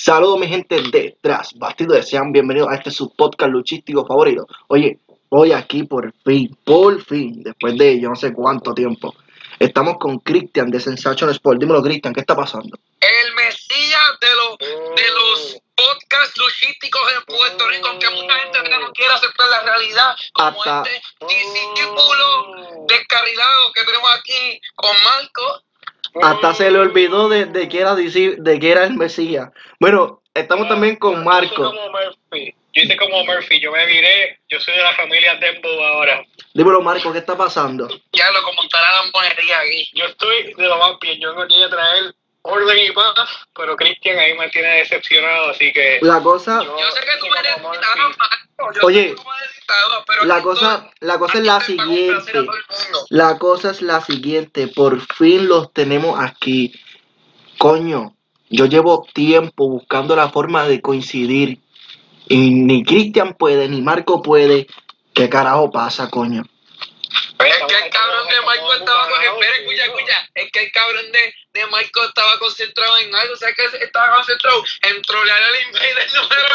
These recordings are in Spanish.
Saludos mi gente detrás, bastidores, sean bienvenidos a este su podcast luchístico favorito. Oye, hoy aquí por fin, después de yo no sé cuánto tiempo, estamos con Cristian de Sensation Sport. Dímelo Cristian, ¿qué está pasando? El mesías de los podcasts luchísticos en Puerto Rico, aunque mucha gente no quiere aceptar la realidad, como este discípulo descarrilado que tenemos aquí con Marco. Hasta se le olvidó de que era el Mesías. Bueno, estamos también con Marco. Yo hice como Murphy, yo me viré, yo soy de la familia Dembo ahora. Dímelo Marco, ¿qué está pasando? Ya lo como estará la monería aquí. Yo estoy de lo más bien, yo no quería traer orden y paz, pero Cristian ahí me tiene decepcionado, así que... La cosa... Yo sé que tú me necesitabas, Marco. Oye, pero la cosa es la siguiente. La cosa es la siguiente. Por fin los tenemos aquí. Coño, yo llevo tiempo buscando la forma de coincidir. Y ni Cristian puede, ni Marco puede. ¿Qué carajo pasa, coño? Es que el cabrón de Michael estaba escucha. Es que el cabrón de Michael estaba concentrado en algo. O sea, que estaba concentrado en trolear al Invader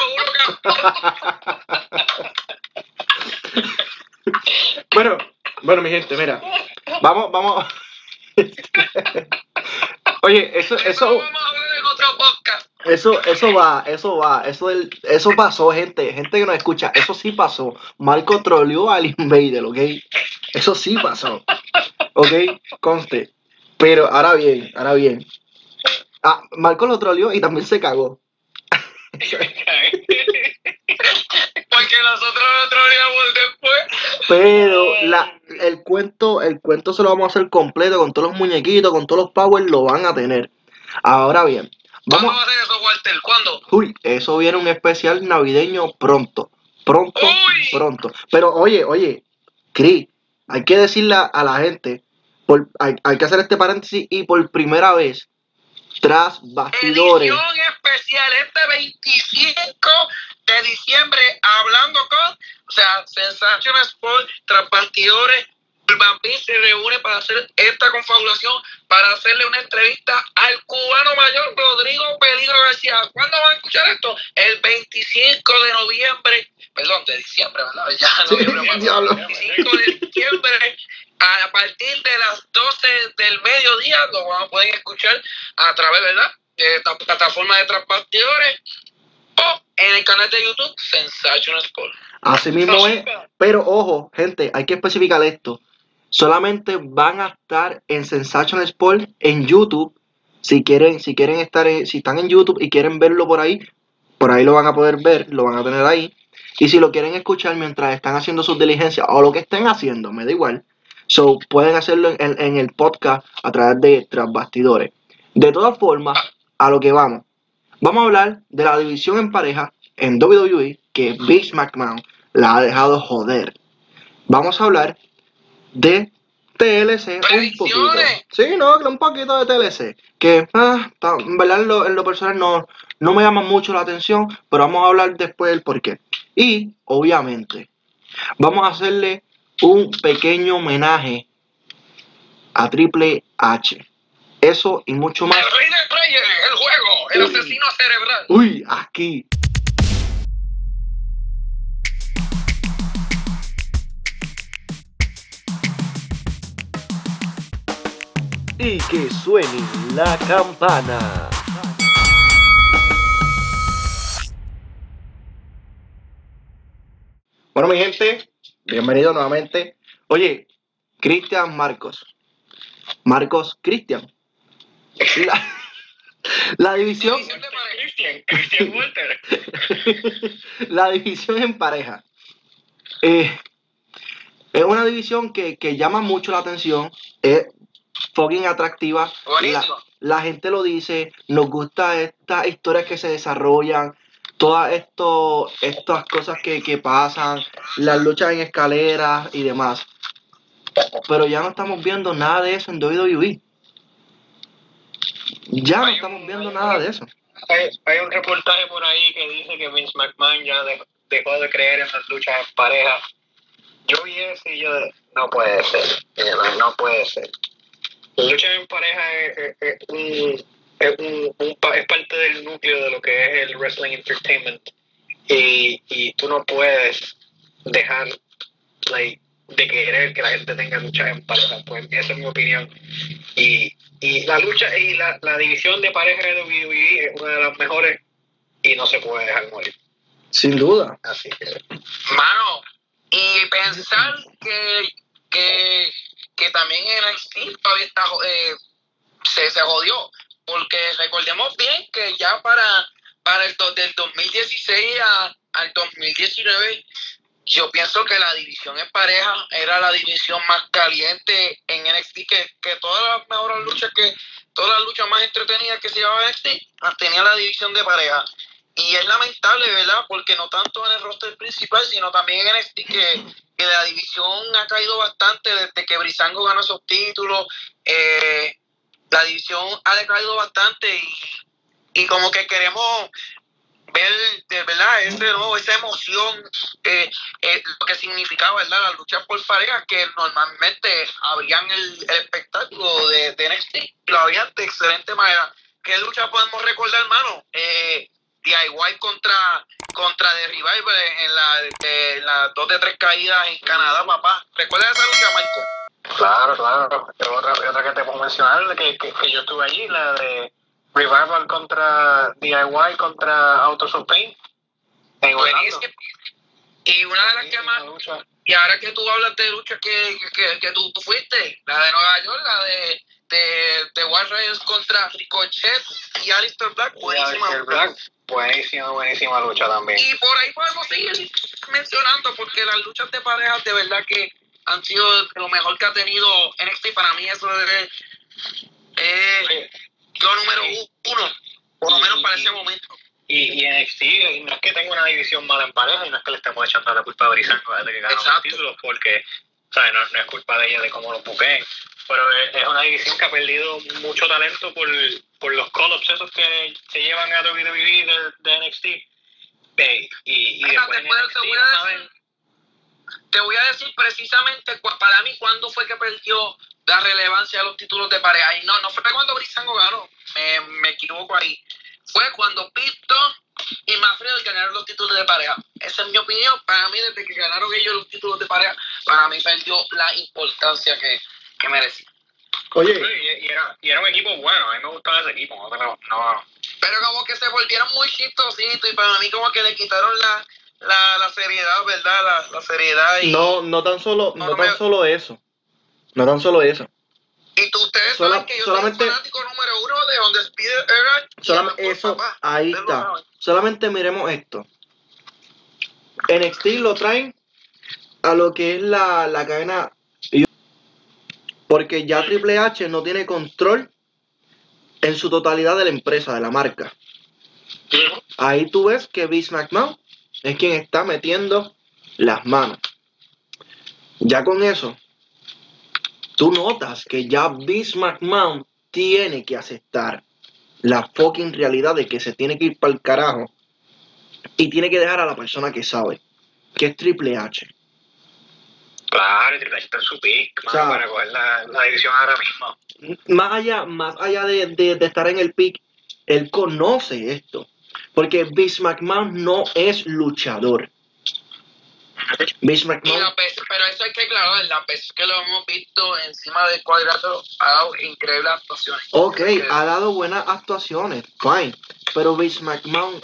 número 1, cabrón. Bueno, mi gente, mira. Vamos. Oye, eso vamos a hablar en otro podcast. Eso pasó, gente que nos escucha, eso sí pasó. Marco troleó al Invader, ¿ok? Eso sí pasó, ¿ok? Conste. Pero ahora bien. Marco lo troleó y también se cagó. Porque nosotros lo troleamos después. Pero el cuento se lo vamos a hacer completo, con todos los muñequitos, con todos los powers, lo van a tener. Ahora bien, ¿Cuándo va a hacer eso, Walter? ¿Cuándo? Uy, eso viene un especial navideño pronto. Pero oye, Cris, hay que decirle a la gente, hay que hacer este paréntesis y por primera vez, tras bastidores. Edición especial este 25 de diciembre, hablando con, Sensation Sport, tras bastidores. El Vampir se reúne para hacer esta confabulación, para hacerle una entrevista al cubano mayor Rodrigo Peligro García. ¿Cuándo van a escuchar esto? El 25 de noviembre, perdón, de diciembre, ¿verdad? Ya noviembre, el 25 de diciembre, a partir de las 12 del mediodía, lo van a poder escuchar a través, ¿verdad?, de esta plataforma de tras bastidores o en el canal de YouTube Sensation Sport. Así mismo es, pero ojo, gente, hay que especificar esto. Solamente van a estar en Sensation Sport en YouTube. Si quieren estar, si están en YouTube y quieren verlo por ahí lo van a poder ver, lo van a tener ahí. Y si lo quieren escuchar mientras están haciendo sus diligencias o lo que estén haciendo, me da igual. So, pueden hacerlo en el podcast a través de Tras Bastidores. De todas formas, a lo que vamos. Vamos a hablar de la división en pareja en WWE, que Vince McMahon la ha dejado joder. Vamos a hablar de TLC un poquito. Sí, un poquito de TLC. Que, en verdad, en lo personal no me llama mucho la atención, pero vamos a hablar después del porqué. Y, obviamente, vamos a hacerle un pequeño homenaje a Triple H. Eso y mucho más. El rey del reyes, el juego, el asesino cerebral. Uy, aquí. Y que suene la campana. Bueno, mi gente, bienvenido nuevamente. Oye, Cristian Cristian. La división. Cristian Walter. La división en pareja. Es una división que llama mucho la atención. Es fucking atractiva. La gente lo dice. Nos gusta estas historias que se desarrollan. Todas estas cosas que pasan. Las luchas en escaleras y demás. Pero ya no estamos viendo nada de eso en WWE. Ya no estamos viendo nada de eso. Hay un reportaje por ahí que dice que Vince McMahon ya dejó de creer en las luchas en pareja. Yo vi eso y no puede ser. No puede ser. La lucha en pareja es es parte del núcleo de lo que es el wrestling entertainment. Y tú no puedes dejar de querer que la gente tenga luchas en pareja. Pues esa es mi opinión. Y la lucha y la división de pareja de WWE es una de las mejores y no se puede dejar morir. Sin duda. Así que, Mano, y pensar que también en NXT todavía está, se jodió, porque recordemos bien que ya para del 2016 al 2019, yo pienso que la división en pareja era la división más caliente en NXT, que todas las mejores luchas, todas las luchas más entretenidas que se llevaba NXT, las tenía la división de pareja. Y es lamentable, ¿verdad? Porque no tanto en el roster principal, sino también en NXT, que la división ha caído bastante desde que Breezango ganó esos títulos. La división ha decaído bastante y como que queremos ver de verdad esa emoción, lo que significaba, ¿verdad? La lucha por pareja, que normalmente abrían el espectáculo de NXT, lo habían de excelente manera. ¿Qué lucha podemos recordar, hermano? DIY contra The Revival en las 2 de 3 caídas en Canadá, papá. ¿Recuerdas esa lucha, Michael? claro. Otra que te puedo mencionar, que yo estuve allí, la de Revival contra DIY contra Autos of Pain en Orlando. Y una de las que más... Y ahora que tú hablas de lucha que tú fuiste, la de Nueva York, la de War Raiders contra Ricochet y Aleister Black, buenísima lucha también. Y por ahí podemos seguir mencionando, porque las luchas de parejas de verdad que han sido lo mejor que ha tenido NXT. Para mí eso es lo número uno, por lo menos para ese momento. Y NXT no es que tenga una división mala en pareja y no es que le estemos echando la culpa a Breezango desde que ganó los títulos, porque ¿sabes? No es culpa de ella de cómo lo buqueen, pero es una división que ha perdido mucho talento por los call-ups esos que se llevan a WWE de NXT. Y después en NXT no saben. Te voy a decir precisamente para mí cuándo fue que perdió la relevancia de los títulos de pareja. Y no fue cuando Breezango ganó, me equivoco ahí. Fue cuando Pito y Manfredo ganaron los títulos de pareja. Esa es mi opinión. Para mí, desde que ganaron ellos los títulos de pareja, para mí perdió la importancia que merecía. Oye. Y era un equipo bueno. A mí me gustaba ese equipo. No. Pero como que se volvieron muy chistositos y para mí como que le quitaron la seriedad, ¿verdad? La seriedad. Y no tan solo eso. No tan solo eso. Y ustedes saben que yo soy el fanático número 1 de donde Spider Era. Solamente eso, papá, ahí está. Solamente miremos esto. NXT lo traen a lo que es la cadena, porque ya Triple H no tiene control en su totalidad de la empresa, de la marca. Ahí tú ves que Vince McMahon es quien está metiendo las manos. Ya con eso, tú notas que ya Vince McMahon tiene que aceptar la fucking realidad de que se tiene que ir para el carajo y tiene que dejar a la persona que sabe, que es Triple H. Claro, Triple H está en su pick, o sea, para coger la división ahora mismo. Más allá de estar en el pick, él conoce esto, porque Vince McMahon no es luchador. Vince McMahon, pero eso hay que aclarar, las veces que lo hemos visto encima del cuadrilátero ha dado increíbles actuaciones. Ok, ha dado buenas actuaciones, fine, pero Vince McMahon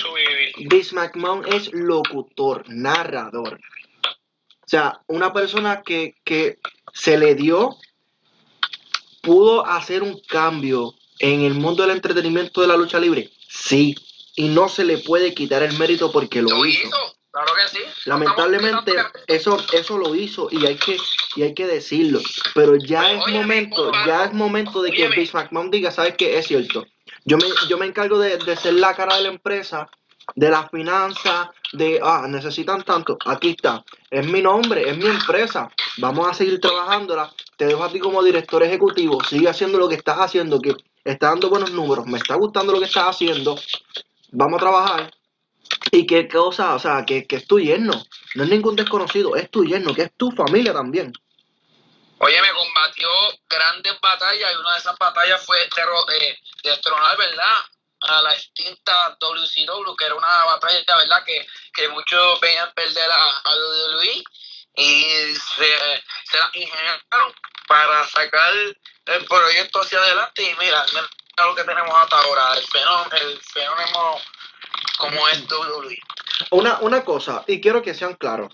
es locutor, narrador. O sea, una persona que se le dio, pudo hacer un cambio en el mundo del entretenimiento de la lucha libre, sí, y no se le puede quitar el mérito porque lo hizo. Claro que sí. Lamentablemente eso lo hizo y hay que decirlo, pero ya es momento de que Vince McMahon diga, ¿sabes qué? Es cierto. Yo me encargo de ser la cara de la empresa, de las finanzas, necesitan tanto, aquí está, es mi nombre, es mi empresa, vamos a seguir trabajándola, te dejo a ti como director ejecutivo, sigue haciendo lo que estás haciendo, que está dando buenos números, me está gustando lo que estás haciendo, vamos a trabajar. Y qué cosa, o sea, que es tu yerno, no es ningún desconocido, es tu yerno, que es tu familia también. Oye, me combatió grandes batallas y una de esas batallas fue destronar, ¿verdad? A la extinta WCW, que era una batalla, ¿verdad? Que muchos veían perder a WWE y se la ingeniaron para sacar el proyecto hacia adelante y mira lo que tenemos hasta ahora, el fenómeno como es WWE. Una cosa, y quiero que sean claros.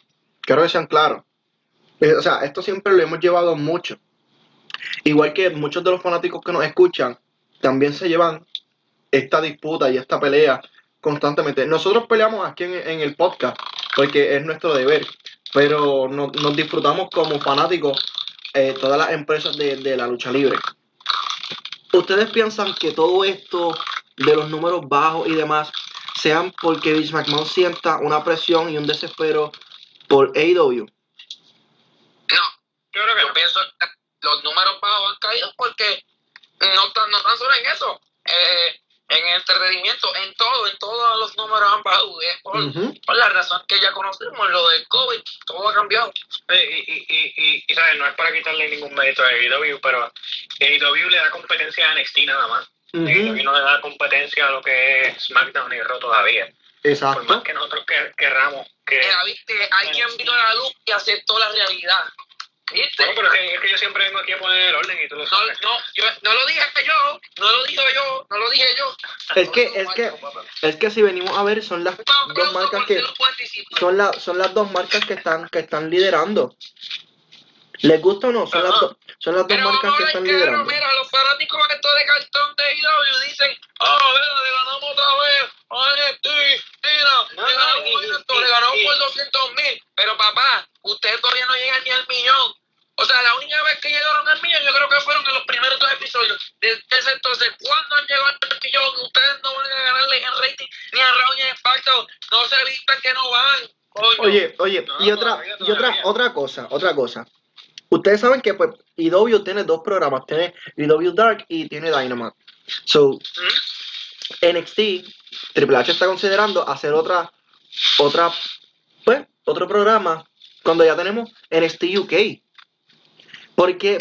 O sea, esto siempre lo hemos llevado mucho. Igual que muchos de los fanáticos que nos escuchan también se llevan esta disputa y esta pelea constantemente. Nosotros peleamos aquí en el podcast porque es nuestro deber, pero nos disfrutamos como fanáticos todas las empresas de la lucha libre. ¿Ustedes piensan que todo esto de los números bajos y demás sean porque Vince McMahon sienta una presión y un desespero por AEW? No, yo pienso que los números bajos han caído porque no tan solo en eso, en el entretenimiento, en todos los números han bajado, por la razón que ya conocemos, lo del COVID, todo ha cambiado. Y ¿sabes? No es para quitarle ningún mérito a AEW, pero AEW le da competencia a NXT nada más. AEW no le da competencia a lo que es SmackDown y Raw todavía. Exacto. Por más que nosotros querramos que... Mira, viste, hay quien vino a la luz y aceptó la realidad. ¿Viste? No, pero es que yo siempre vengo aquí a poner el orden y tú lo sabes. No lo dije yo, no lo dije yo. Es que si venimos a ver son las dos marcas que son las dos marcas que están liderando. ¿Les gusta o no? Son las dos marcas que están liderando. Mira, los fanáticos estos de cartón de IW dicen, mira, le ganamos otra vez a NXT, le ganamos por 200,000. Pero papá, ustedes todavía no llegan ni al millón. O sea, la única vez que llegaron al millón, yo creo que fueron en los primeros 2 episodios. Desde entonces, ¿cuándo han llegado al millón? Ustedes no van a ganarle en rating, ni a Raw, ni a SmackDown. No se vistan que no van. Coño. Oye, y otra cosa. Ustedes saben que pues IW tiene 2 programas, tiene IW Dark y tiene Dynamite. So, NXT, Triple H está considerando hacer otro programa cuando ya tenemos NXT UK. ¿Por qué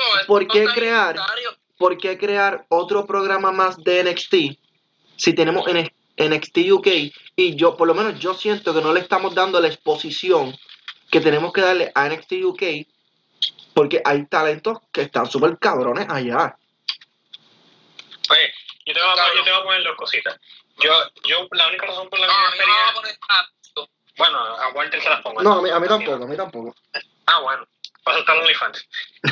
crear otro programa más de NXT si tenemos NXT UK? Y por lo menos yo siento que no le estamos dando la exposición que tenemos que darle a NXT UK porque hay talentos que están súper cabrones allá. Oye, yo te voy a poner 2 cositas. Yo la única razón por la que me quería... Bueno, aguanten se las pongo. No, a mí tampoco. Ah, bueno. Paso estar OnlyFans.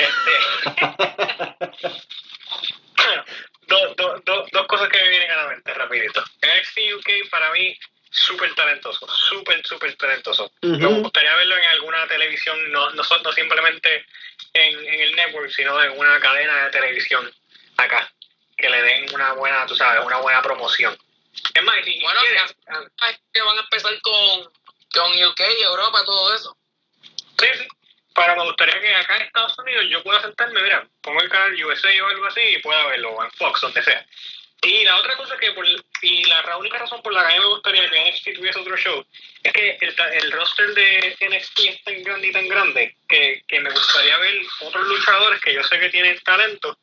Dos cosas que me vienen a la mente, rapidito. NXT UK para mí, súper talentoso. Súper talentoso. Me gustaría verlo en alguna televisión, no simplemente en el network, sino en una cadena de televisión acá. Que le den una buena, tú sabes, una buena promoción. Es más, si que van a empezar con UK, Europa, todo eso. Sí. Pero me gustaría que acá en Estados Unidos yo pueda sentarme, mira, pongo el canal USA o algo así y pueda verlo, o en Fox, donde sea. Y la otra cosa la única razón por la que a mí me gustaría que NXT tuviese otro show es que el roster de NXT es tan grande que me gustaría ver otros luchadores que yo sé que tienen talento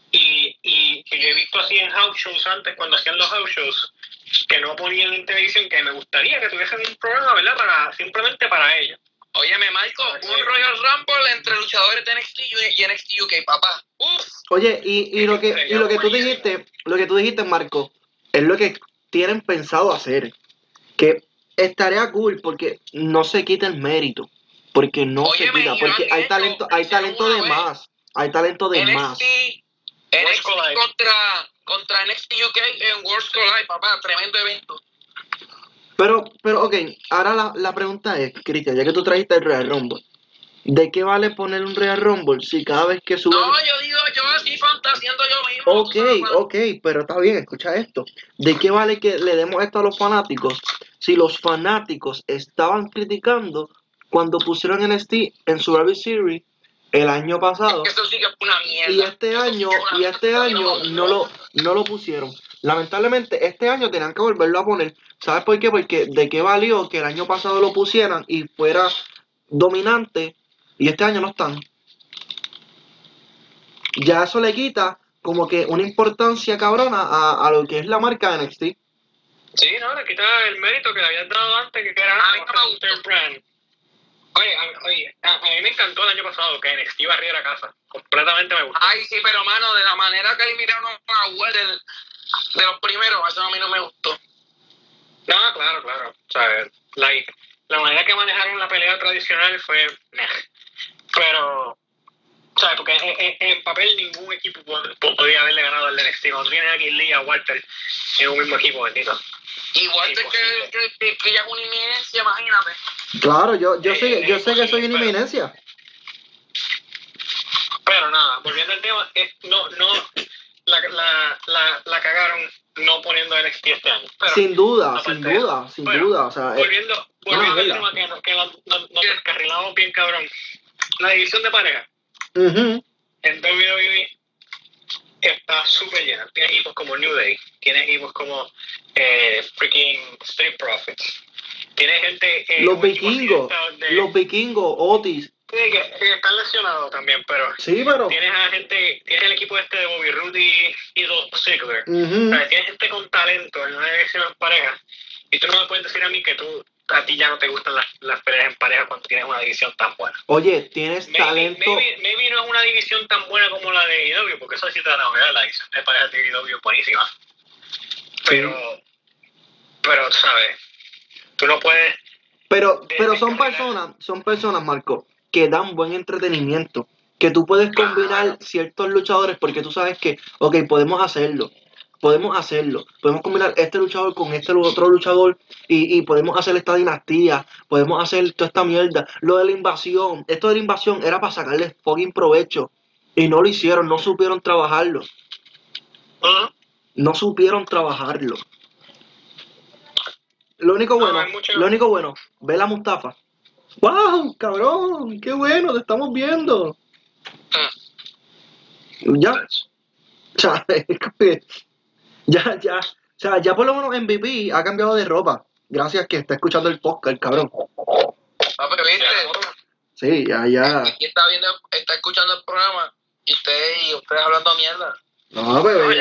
y que yo he visto así en house shows antes, cuando hacían los house shows, que no ponían en televisión, que me gustaría que tuviesen un programa, ¿verdad? Simplemente para ellos. Óyeme, Marco, un Royal Rumble entre luchadores de NXT y NXT UK, papá. Uf. Oye, y lo que tú dijiste, Marco, es lo que tienen pensado hacer. Que estaría cool porque no se quita el mérito. Porque no se quita, porque hay talento de más. Hay talento de más. NXT contra NXT UK en Worlds Collide, papá, tremendo evento. Pero, ok, ahora la pregunta es, Cristian, ya que tú trajiste el Royal Rumble, ¿de qué vale poner un Royal Rumble si cada vez que sube... No, yo así fantaseando yo mismo. Ok, pero está bien, escucha esto. ¿De qué vale que le demos esto a los fanáticos si los fanáticos estaban criticando cuando pusieron NXT en Survivor Series el año pasado? Eso sí que es una mierda. Y este año no lo pusieron. Lamentablemente, este año tenían que volverlo a poner. ¿Sabes por qué? Porque de qué valió que el año pasado lo pusieran y fuera dominante y este año no están. ya eso le quita como que una importancia cabrona a lo que es la marca de NXT. Sí, no, le quita el mérito que le habían dado antes, que era A mí no me un third brand. Oye, a mí me encantó el año pasado que NXT barriera casa. Completamente me gustó. Ay, sí, pero mano, de la manera que eliminaron a Web de los primeros, eso a mí no me gustó. No, claro. O sea, la manera que manejaron la pelea tradicional fue... Pero... O sea, porque en papel ningún equipo podría haberle ganado al NXT. Cuando tienen aquí Lee a Walter en un mismo equipo, bendito. Y Walter que ya es una inminencia, imagínate. Claro, yo sé que soy una inminencia. Pero nada, volviendo al tema, la cagaron no poniendo NXT este año. Pero, sin duda. O sea, volviendo al tema que nos descarrilamos bien cabrón. La división de pareja en WWE está súper llena. Tiene equipos como New Day, tiene equipos como freaking Street Profits. Tiene gente... los vikingos, Otis. Sí, que están lesionados también, pero... Sí, pero... Tienes el equipo de Bobby Roode y Dolph Ziggler. O sea, tienes gente con talento en una división en pareja. Y tú no me puedes decir a mí que a ti ya no te gustan las peleas en pareja cuando tienes una división tan buena. Oye, tienes talento... Maybe no es una división tan buena como la de IW, porque eso sí te van a ver, la división de pareja de IW es buenísima. Pero, ¿sabes? Tú no puedes... Pero son personas, Marco, que dan buen entretenimiento, que tú puedes combinar ciertos luchadores porque tú sabes que, ok, podemos hacerlo, podemos combinar este luchador con este otro luchador y podemos hacer esta dinastía, podemos hacer toda esta mierda. Lo de la invasión, esto de la invasión era para sacarle fucking provecho y no lo hicieron, no supieron trabajarlo. No supieron trabajarlo. Lo único bueno, ve la Mustafa. ¡Wow, cabrón! ¡Qué bueno! ¡Te estamos viendo! Ya. O sea, ya. O sea, ya por lo menos MVP ha cambiado de ropa. Gracias que está escuchando el podcast, el cabrón. Pero viste. Sí, ya. Aquí está escuchando el programa y ustedes hablando mierda. No, bebé,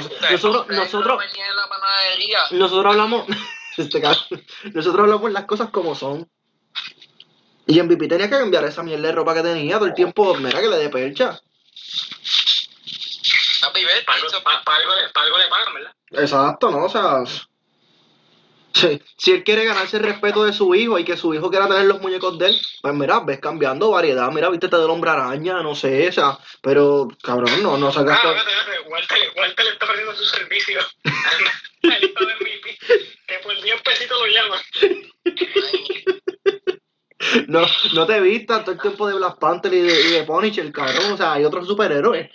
nosotros hablamos, nosotros hablamos las cosas como son. Y MVP tenía que cambiar esa mierda de ropa que tenía todo el tiempo, mira que le dé percha. Para algo le pagan, ¿verdad? Exacto, ¿no? O sea, si él quiere ganarse el respeto de su hijo y que su hijo quiera tener los muñecos de él, pues mira, ves cambiando variedad, mira, viste del hombre araña, no sé, o sea, pero cabrón, no sacas todo. Walter le está ofreciendo su servicio al hijo de MVP, que por 10 pesitos lo llama. No te vistas todo el tiempo de Black Panther y de Punisher, cabrón, o sea, hay otros superhéroes.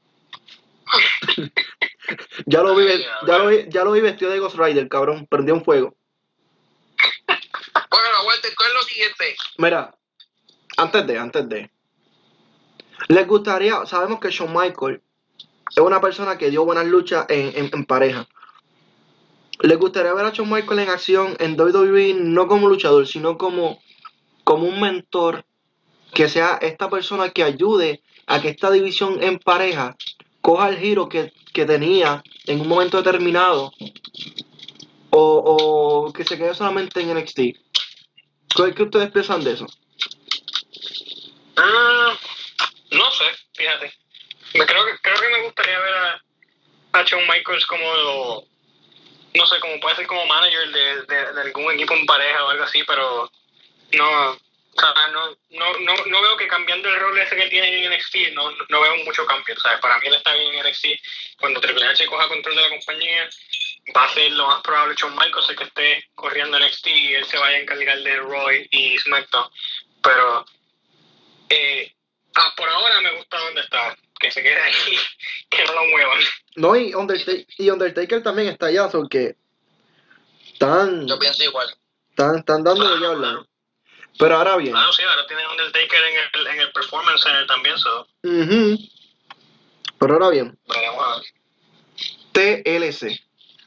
ya lo vi vestido de Ghost Rider, cabrón, prendió un fuego. Bueno, Walter, ¿cuál es lo siguiente? Mira, antes de. Les gustaría, sabemos que Shawn Michaels es una persona que dio buenas luchas en pareja. Les gustaría ver a Shawn Michaels en acción en WWE, no como luchador, sino como un mentor, que sea esta persona que ayude a que esta división en pareja coja el giro que tenía en un momento determinado o que se quede solamente en NXT. ¿Qué ustedes piensan de eso? No sé, fíjate. Creo que me gustaría ver a Shawn Michaels como, no sé, como puede ser como manager de algún equipo en pareja o algo así, pero no veo que cambiando el rol ese que tiene en NXT, no veo mucho cambio, ¿sabes? Para mí él está bien en NXT. Cuando Triple H coja control de la compañía, va a ser lo más probable Shawn Michaels el que esté corriendo NXT y él se vaya a encargar de Roy y SmackDown. Pero por ahora me gusta donde está, que se quede ahí, que no lo muevan. No, y Undertaker también está allá, porque yo pienso igual. Están dando de qué hablar. Claro. Pero ahora bien. Claro, sí, ahora tiene Undertaker en el Performance Center también, so. Pero ahora bien. Veremos a ver. TLC.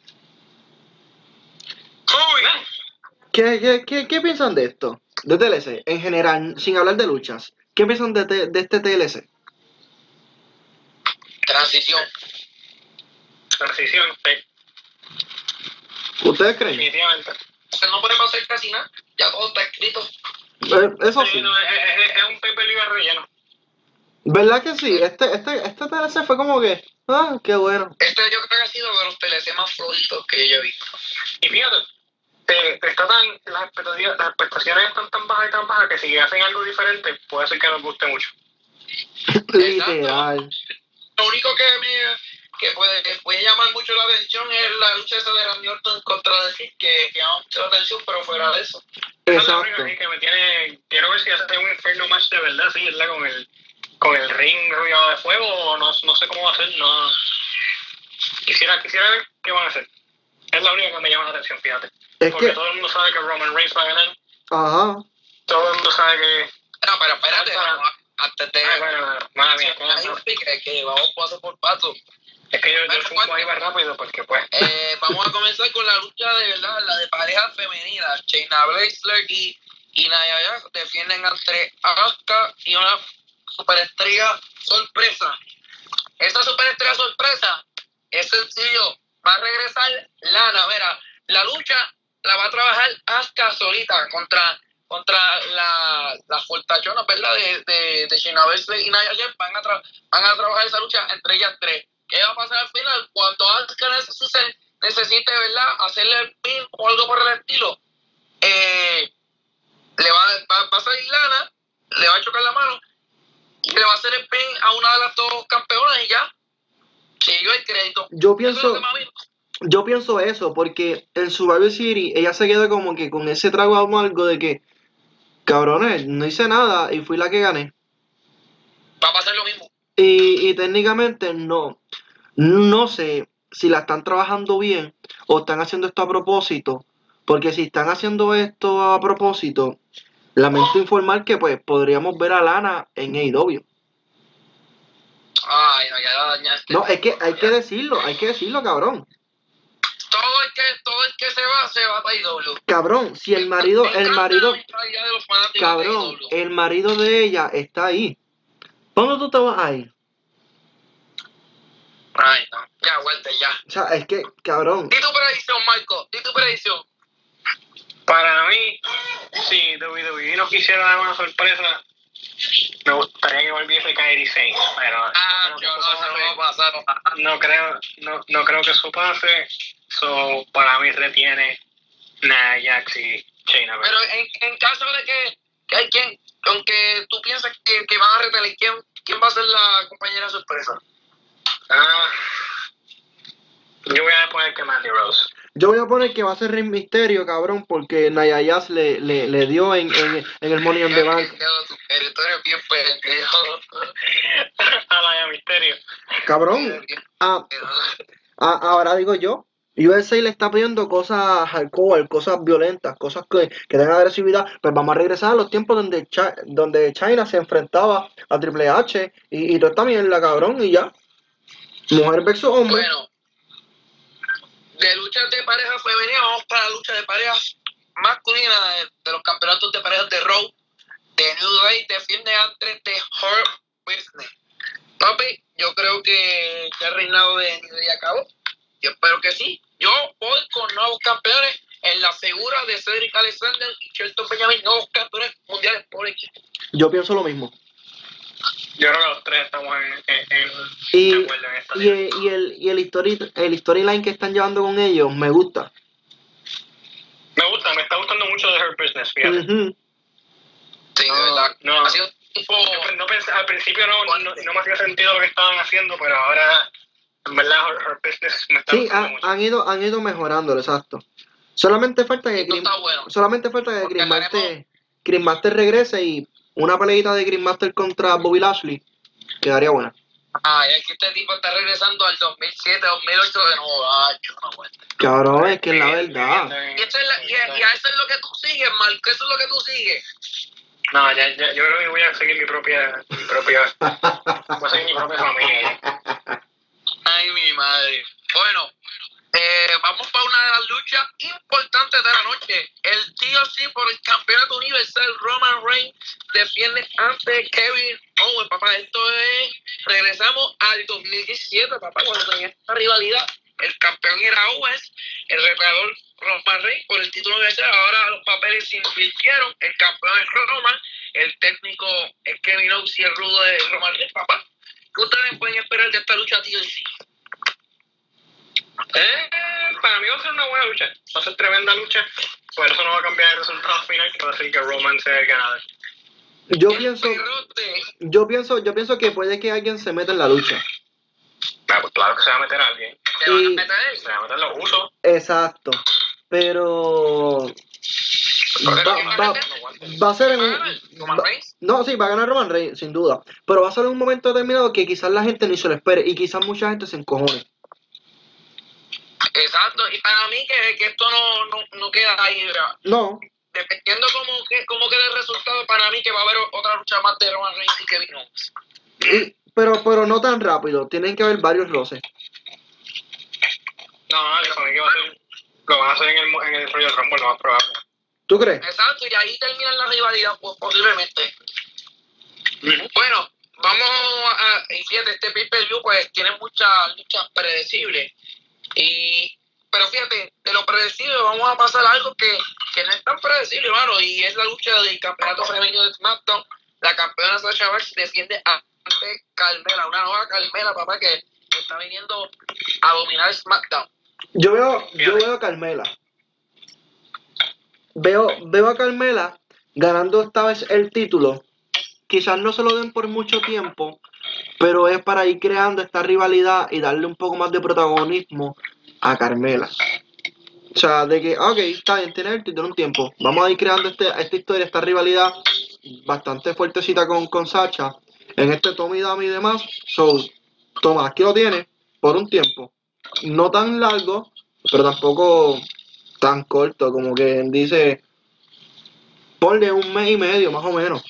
¿Qué piensan de esto? De TLC, en general, sin hablar de luchas. ¿Qué piensan de este TLC? Transición. ¿Ustedes creen? Definitivamente. No puede pasar casi nada. Ya todo está escrito. Eso sí. No, es un pay-per-view relleno. ¿Verdad que sí? Este TLC fue como que, qué bueno. Yo creo que ha sido de los TLC más flojitos que yo he visto. Y fíjate, las expectaciones están tan bajas que si hacen algo diferente, puede ser que nos guste mucho. Literal. Lo único que puede llamar mucho la atención es la lucha esa de Randy Orton contra The Fiend, que llama mucho la atención, pero fuera de eso. Esa es la única que me tiene. Quiero ver si hace un Inferno match de verdad, sí, ¿verdad? Con el ring rodeado de fuego, o no sé cómo va a ser, no. Quisiera ver qué van a hacer. Es la única que me llama la atención, fíjate. Porque todo el mundo sabe que Roman Reigns va a ganar. Ajá. Todo el mundo sabe que. No, pero espérate, antes de. Madre mía, que vamos paso por paso. Es que yo subo ahí más rápido porque pues. Vamos a comenzar con la lucha de verdad, la de parejas femeninas. Shayna Baszler y Nia Jax defienden entre Asuka y una superestrella sorpresa. Esta superestrella sorpresa es sencillo. Va a regresar Lana. Mira, la lucha la va a trabajar Asuka solita contra las fortachonas, ¿verdad? De Shayna Baszler y Nia Jax. Van a trabajar esa lucha entre ellas tres. ¿Qué va a pasar al final? Cuando Asuka necesite, ¿verdad?, hacerle el pin o algo por el estilo, le va a salir Lana, le va a chocar la mano y le va a hacer el pin a una de las dos campeonas y ya. Siguió el crédito. Yo pienso eso, porque en Survivor City ella se quedó como que con ese trago amargo de que, cabrones, no hice nada y fui la que gané. Va a pasar lo mismo. Y técnicamente no sé si la están trabajando bien o están haciendo esto a propósito, porque si están haciendo esto a propósito, lamento informar que pues podríamos ver a Lana en AEW. Ay, no, ya dañaste. No, es que hay que decirlo, cabrón. Todo el que se va a AEW. Cabrón, si el marido, cabrón, el marido de ella está ahí. ¿Dónde tú te vas a ir? Ay, no, ya, vuelta, ya. O sea, es que, cabrón. Di tu predicción, Marco, di tu predicción. Para mí, si WWE no quisiera dar una sorpresa, me gustaría que volviese Kairi Sane, pero no creo que eso pase. So, para mí retiene Nia Jax y Shayna Baszler. Pero en caso de que hay quien, aunque tú piensas que van a retener, ¿quién va a ser la compañera sorpresa? Yo voy a poner que Mandy Rose. Yo voy a poner que va a ser Rey Mysterio, cabrón, porque Nia Jax le dio en el Money in the Bank. Tú eres bien pendejo. A Nia Mysterio. Cabrón. Ahora digo yo, USA le está pidiendo cosas hardcore, cosas violentas, cosas que tengan agresividad. Pues vamos a regresar a los tiempos donde China se enfrentaba a Triple H y toda esta mierda, cabrón, y ya. Mujer versus hombre. Bueno, de luchas de pareja femenina, vamos para la lucha de parejas masculina de los campeonatos de parejas de Raw. De New Day defiende antes de Hurt Business. Papi, yo creo que el reinado de New Day acabó. Yo espero que sí. Yo voy con nuevos campeones en la figura de Cedric Alexander y Shelton Benjamin, nuevos campeones mundiales por equipo. Yo pienso lo mismo. Yo creo que los tres estamos de acuerdo en esta y el storyline que están llevando con ellos me gusta. Me está gustando mucho de Hurt Business, fíjate. Uh-huh. Sí, de verdad. No, ha sido tipo... al principio no me hacía sentido lo que estaban haciendo, pero ahora, en verdad, Hurt Business me está gustando mucho. Han ido mejorándolo, exacto. Solamente falta que Chris Master regrese y una peleita de Chris Master contra Bobby Lashley quedaría buena. Es que este tipo está regresando al 2007, 2008 de nuevo. No, bueno. Cabrón, es que es la verdad. Y eso es lo que tú sigues, Marco. Eso es lo que tú sigues. No, yo creo que voy a seguir mi propia voy a seguir mi propia familia. Ay, mi madre. Bueno, Vamos para una de las luchas importantes de la noche. El TLC por el campeonato universal. Roman Reigns defiende ante Kevin Owens, papá. Regresamos al 2017, papá, cuando tenía esta rivalidad. El campeón era Owens, el retador Roman Reigns por el título universal. Ahora los papeles se invirtieron. El campeón es Roman, el técnico es Kevin Owens y el rudo de Roman Reigns, papá. ¿Qué ustedes pueden esperar de esta lucha TLC? Para mí va a ser una buena lucha, va a ser tremenda lucha, por eso no va a cambiar el resultado final, que va a ser que Roman sea el ganador. Yo pienso que puede que alguien se meta en la lucha. Pues claro que se va a meter alguien. ¿Se van a meter él? Se va a meter los usos. Exacto. Pero va a ser en no, sí, va a ganar Roman Reigns, sin duda. Pero va a ser en un momento determinado que quizás la gente ni se lo espere y quizás mucha gente se encojone. Exacto, y para mí que esto no queda ahí, ¿verdad? No. Dependiendo cómo quede el resultado, para mí que va a haber otra lucha más de Roman Reigns y Kevin Owens. Pero no tan rápido, tienen que haber varios roces. No, para mí que va a ser, lo van a hacer en el Royal Rumble, lo más probable. ¿Tú crees? Exacto, y ahí termina la rivalidad, pues, posiblemente. Bueno, vamos a... Y fíjate, este pay-per-view pues tiene muchas luchas predecibles. Pero fíjate, de lo predecible vamos a pasar a algo que no es tan predecible, hermano, y es la lucha del campeonato femenino de SmackDown. La campeona Sasha Banks defiende ante Carmela, una nueva Carmela, papá, que está viniendo a dominar SmackDown. Yo veo a Carmela. Veo a Carmela ganando esta vez el título. Quizás no se lo den por mucho tiempo, pero es para ir creando esta rivalidad y darle un poco más de protagonismo a Carmela. O sea, de que, ok, está bien, tiene el título un tiempo. Vamos a ir creando esta historia, esta rivalidad bastante fuertecita con Sasha. En este Tommy y Dami y demás. So, toma, aquí lo tiene por un tiempo. No tan largo, pero tampoco tan corto, como que dice, ponle un mes y medio, más o menos.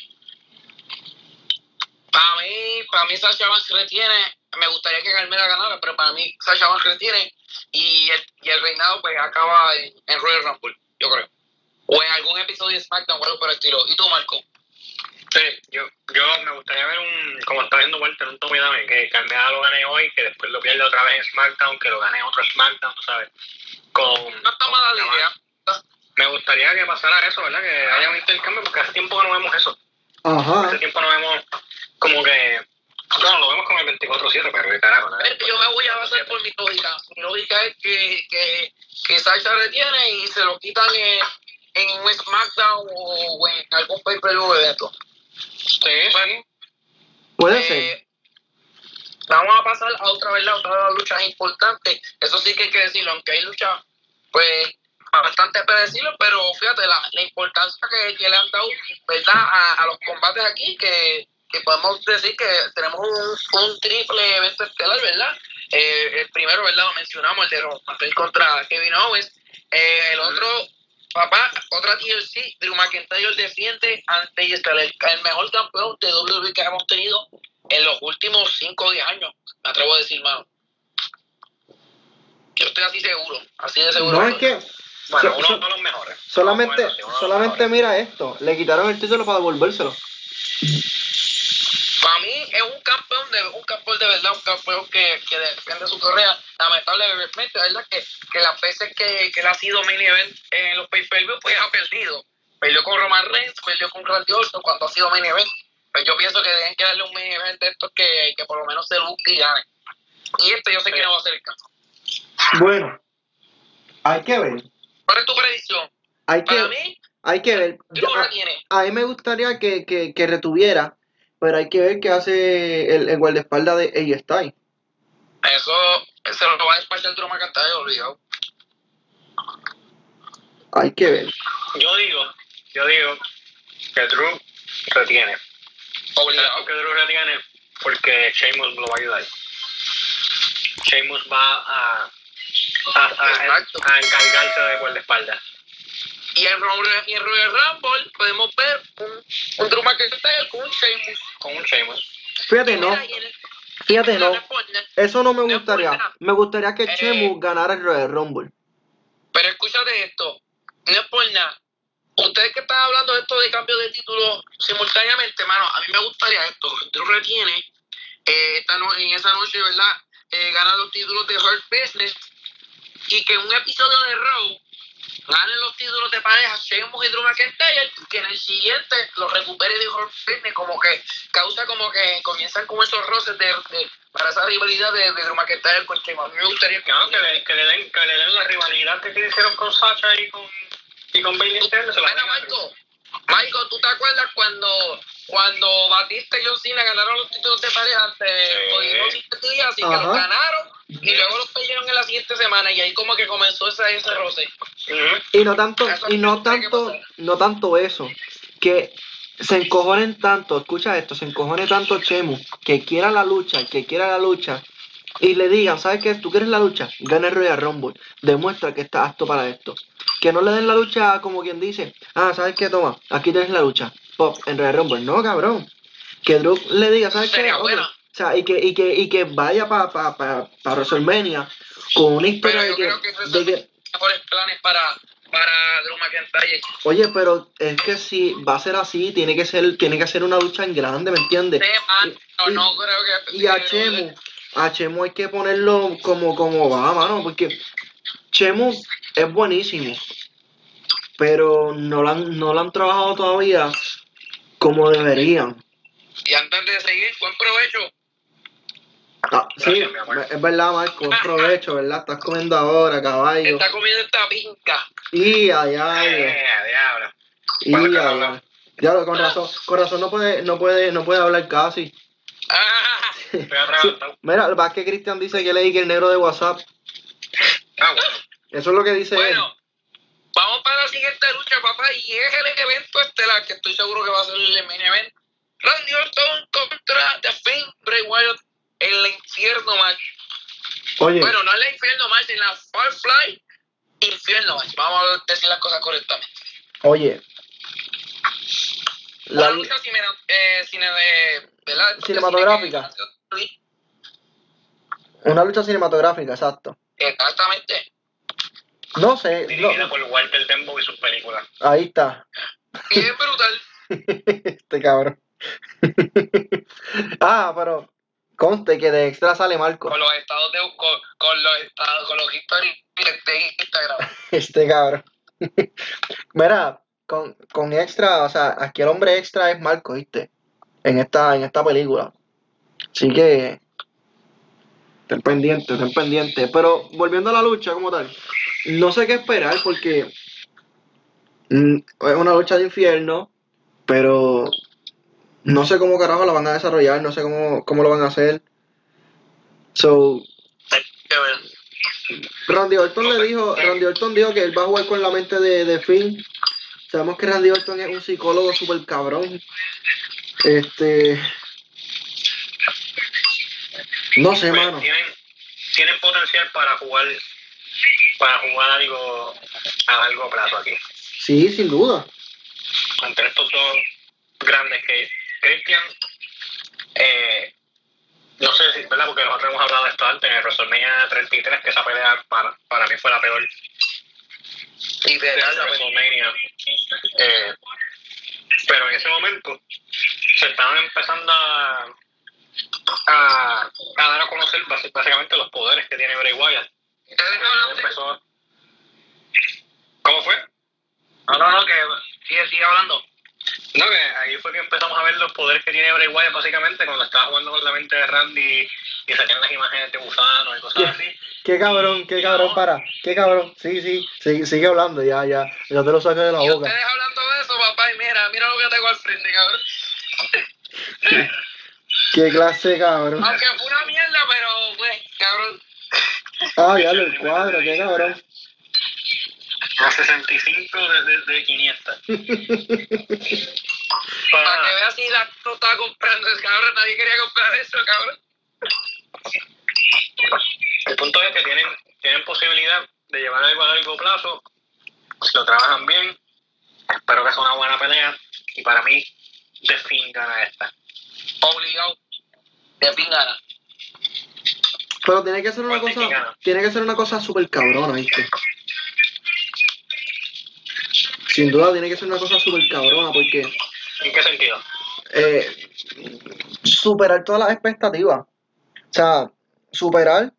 Para mí Sasha Banks retiene, me gustaría que Carmela ganara, pero para mí Sasha Banks retiene y el reinado pues acaba en Royal Rumble, yo creo. O en algún episodio de SmackDown o algo por el estilo. ¿Y tú, Marco? Sí, yo me gustaría ver como está viendo Walter, un Tommy Dame, que Carmela lo gane hoy, que después lo pierda otra vez en SmackDown, que lo gane otro SmackDown, tú sabes. No está mala la idea. Me gustaría que pasara eso, ¿verdad? Que haya un intercambio, porque hace tiempo que no vemos eso. Ajá. Hace tiempo no vemos como que... No, lo vemos como el 24/7, pero qué carajo, ¿no? Yo me voy a basar por mi lógica. Mi lógica es que Sasha retiene y se lo quitan en un SmackDown o en algún pay-per-view evento. Sí. Puede ser. Vamos a pasar a otra de las luchas importantes. Eso sí que hay que decirlo, aunque hay luchas pues bastante predecibles, pero fíjate la importancia que le han dado, ¿verdad? A los combates aquí, que podemos decir que tenemos un triple evento estelar, ¿verdad? El primero, ¿verdad? Lo mencionamos, el de Roman Reigns contra Kevin Owens. El otro, papá, otra TLC, Drew McIntyre defiende ante el mejor campeón de WWE que hemos tenido en los últimos 5 o 10 años, me atrevo a decir, mano. Yo estoy así de seguro. No es que... Bueno, uno de los mejores. Solamente mira esto, le quitaron el título para devolvérselo. Para mí es un campeón de verdad, un campeón que defiende su carrera. Lamentablemente, ¿verdad? Que las veces que él ha sido main event en los pay-per-view, pues ha perdido. Perdió con Roman Reigns, perdió con Randy Orton cuando ha sido main event. Pues yo pienso que deben que darle un main event de estos que por lo menos se busque y gane. Y yo sé que no va a ser el caso. Bueno, hay que ver. ¿Cuál es tu predicción? Hay que ver. A mí me gustaría que retuviera, pero hay que ver qué hace el guardaespaldas de AJ Styles. Eso se lo va a despachar Drew McIntyre, obligado. Hay que ver. Yo digo que Drew retiene. Obligado. Que Drew retiene porque Sheamus lo va a ayudar. Sheamus va a encargarse de guardaespaldas. Y en Royal Rumble podemos ver un Drew McIntyre con un Sheamus. Fíjate, no. Fíjate, no. Eso no me No es por gustaría. nada. Me gustaría que Chemu ganara el Royal Rumble. Pero escúchate esto, no es por nada. Ustedes que están hablando de esto de cambio de título simultáneamente, mano, a mí me gustaría esto. Drew retiene en esa noche, ¿verdad? Gana los títulos de Hurt Business y que en un episodio de Raw ganen los títulos de pareja Sheamus y Drew McIntyre y que en el siguiente los recupere de Hurt Business, como que causa como que comienzan con esos roces para esa rivalidad de Drew McIntyre con Sheamus. A mí me gustaría que le den la rivalidad que hicieron con Sasha y con Bayley Styles. Michael, ¿tú te acuerdas cuando Batista y John Cena ganaron los títulos de pareja ante 7 días, así que los ganaron y luego los perdieron en la siguiente semana y ahí como que comenzó ese roce? Y no tanto eso, que se encojonen tanto, escucha esto, se encojone tanto Chemu, que quiera la lucha y le digan, ¿sabes qué? ¿Tú quieres la lucha? Gana el Royal Rumble, demuestra que estás apto para esto. Que no le den la lucha como quien dice, ¿sabes qué? Toma, aquí tienes la lucha, pop, en Royal Rumble. No, cabrón. Que Drew le diga, ¿sabes qué? Okay. O sea, y que vaya para WrestleMania con una historia de que mejores planes para Drew McIntyre. Oye, pero es que si va a ser así, tiene que ser una lucha en grande, ¿me entiendes? No creo que... Y a Chemu hay que ponerlo como va, mano, porque Chemu es buenísimo, pero no lo han trabajado todavía como deberían. Y antes de seguir, buen provecho. Sí, es verdad, Marco, buen provecho, ¿verdad? Estás comiendo ahora, caballo. Está comiendo esta pinca. Y allá, diablo. Y allá. Diablo, con razón no puede hablar casi. Sí. Mira, el que Cristian dice que leí que el negro de WhatsApp. Bueno. Eso es lo que dice él. Vamos para la siguiente lucha, papá, y es el evento estelar, que estoy seguro que va a ser el main event. Randy Orton contra The Fiend, Bray Wyatt en el infierno match. Oye. Bueno, no en el infierno match, en la Firefly infierno match. Vamos a decir las cosas correctamente. Oye. Una lucha cinematográfica. Una lucha cinematográfica, exacto. Exactamente. No sé. Dirigida por Walter Tembo y sus películas. Ahí está. Bien brutal. Este cabrón. Pero conste que de extra sale Marco. Con los estados con los historias de Instagram. Este cabrón. Mira, con extra, o sea, aquí el hombre extra es Marco, ¿viste? En esta película. Así que ten pendiente. Pero volviendo a la lucha como tal, no sé qué esperar porque es una lucha de infierno, pero no sé cómo carajo la van a desarrollar, no sé cómo lo van a hacer. So, Randy Orton dijo que él va a jugar con la mente de Finn. Sabemos que Randy Orton es un psicólogo súper cabrón. No sé, pues, mano. Tienen potencial para jugar algo a largo plazo aquí. Sí, sin duda. Entre estos dos grandes que Christian, no sé si, ¿verdad? Porque nosotros hemos hablado de esto antes en el WrestleMania 33, que esa pelea para mí fue la peor. Y de WrestleMania. Pero en ese momento se estaban empezando a dar a conocer básicamente los poderes que tiene Bray Wyatt. ¿Cómo fue? No, que sigue hablando. No, que ahí fue que empezamos a ver los poderes que tiene Bray Wyatt básicamente cuando estaba jugando con la mente de Randy y salían las imágenes de gusanos y cosas así. Qué cabrón, para. Qué cabrón. Sí, sigue hablando, ya te lo saqué de la boca. Ustedes hablando de eso, papá, y mira lo que tengo al frente, cabrón. Qué clase, cabrón. Aunque fue una mierda, pero pues, cabrón. Ya el cuadro, qué cabrón. A 65 de 500. Para que veas si la no estaba comprando el cabrón, nadie quería comprar eso, cabrón. El punto es que tienen posibilidad de llevar algo a largo plazo, si lo trabajan bien. Espero que sea una buena pelea y para mí The Fiend gana esta. Obligado. The Fiend gana. Pero tiene que ser una cosa súper cabrona, ¿viste? Sin duda tiene que ser una cosa súper cabrona porque ¿En qué sentido? superar todas las expectativas. O sea, superar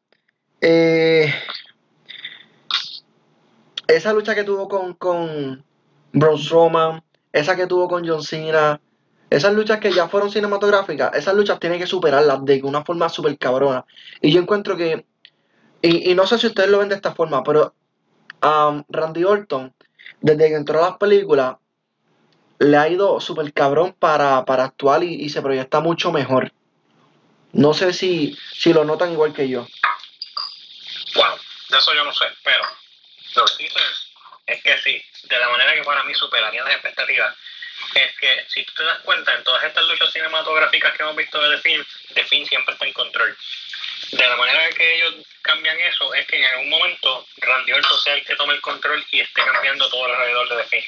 esa lucha que tuvo con Braun Strowman, esa que tuvo con John Cena, esas luchas que ya fueron cinematográficas, esas luchas tiene que superarlas de una forma súper cabrona. Y yo encuentro que, y no sé si ustedes lo ven de esta forma, pero Randy Orton, desde que entró a las películas, le ha ido súper cabrón para actuar y se proyecta mucho mejor. No sé si lo notan igual que yo. Wow, de eso yo no sé, pero lo que sí sé es que sí, de la manera que para mí superaría las expectativas, es que si tú te das cuenta, en todas estas luchas cinematográficas que hemos visto de The Fiend siempre está en control. De la manera que ellos cambian eso, es que en algún momento Randy Orton sea el que tome el control y esté cambiando todo alrededor de The Fiend.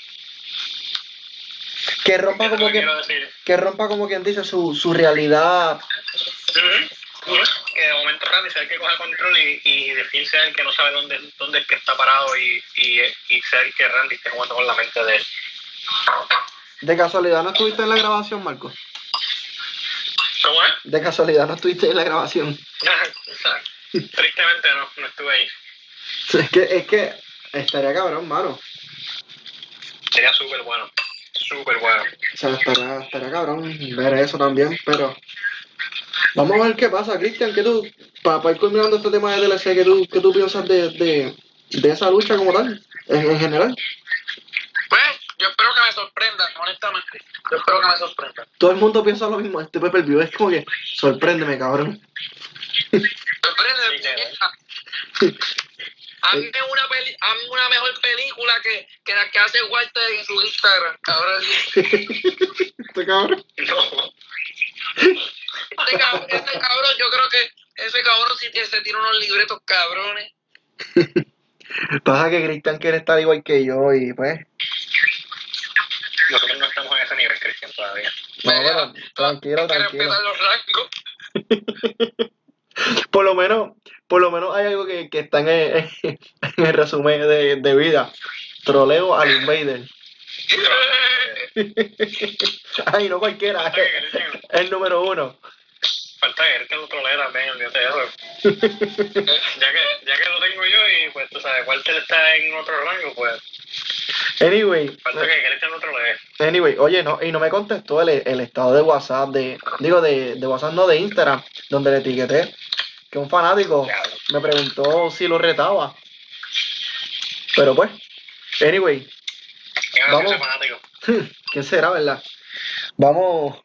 Que rompa como quien dice su realidad. Que de momento Randy sea el que coja control y The Fiend sea el que no sabe dónde es que está parado y sea el que Randy esté jugando con la mente de él. ¿De casualidad no estuviste en la grabación, Marco? ¿Cómo es? ¿De casualidad no estuviste en la grabación? Tristemente no estuve ahí. Es que estaría cabrón, mano. Sería súper bueno. Súper bueno. O sea, estaría cabrón ver eso también, pero vamos a ver qué pasa, Cristian, que tú, para ir culminando este tema de DLC, ¿qué tú piensas de esa lucha como tal, en general? Pues, yo espero que me sorprenda, honestamente. Yo espero que me sorprenda. Todo el mundo piensa lo mismo, este Pay Per View es como que, sorpréndeme, cabrón. Sorpréndeme. Hazme una mejor película que la que hace Walter en su Instagram, cabrón. Este cabrón. No. Ese cabrón, yo creo que ese cabrón sí se tira unos libretos cabrones. Pasa que Cristian quiere estar igual que yo y pues. Nosotros no estamos en ese nivel, Cristian, todavía. No, pero tranquilo. Hay que respetar los rangos. Por lo menos hay algo que está en el resumen de vida. Troleo al Invader. Ay, no cualquiera, el número 1. Falta que él te lo trolea también, olvídate de eso. ya que lo tengo yo y pues tú sabes, Walter está en otro rango, pues. Anyway. Falta que él te lo trolee. Anyway, oye, no, y no me contestó el estado de WhatsApp, de WhatsApp, no, de Instagram, donde le etiqueté, que un fanático me preguntó si lo retaba. Pero pues, anyway. Vamos. ¿Quién será, verdad? Vamos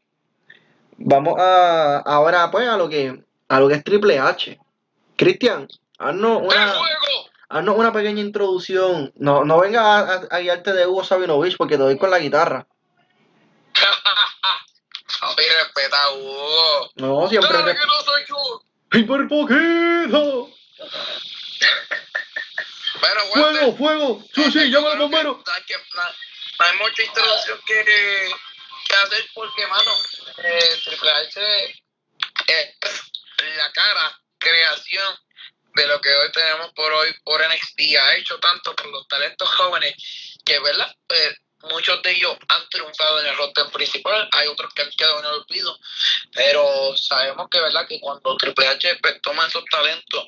ahora pues a lo que es Triple H. Cristian, haznos una pequeña introducción. No vengas a guiarte de Hugo Sabinovich porque te doy con la guitarra. Papi, respeta a Hugo. No, siempre. Claro que no soy yo. ¡Y por poquito! Bueno, ¡Fuego! ¡Sí, llama al bombero! No hay mucha introducción que hacer porque, mano, Triple H es la cara, creación de lo que hoy tenemos por NXT. Ha hecho tanto por los talentos jóvenes que, ¿verdad? Muchos de ellos han triunfado en el roster principal, hay otros que han quedado en el olvido, pero sabemos que, ¿verdad? Que cuando Triple H pues, toma esos talentos,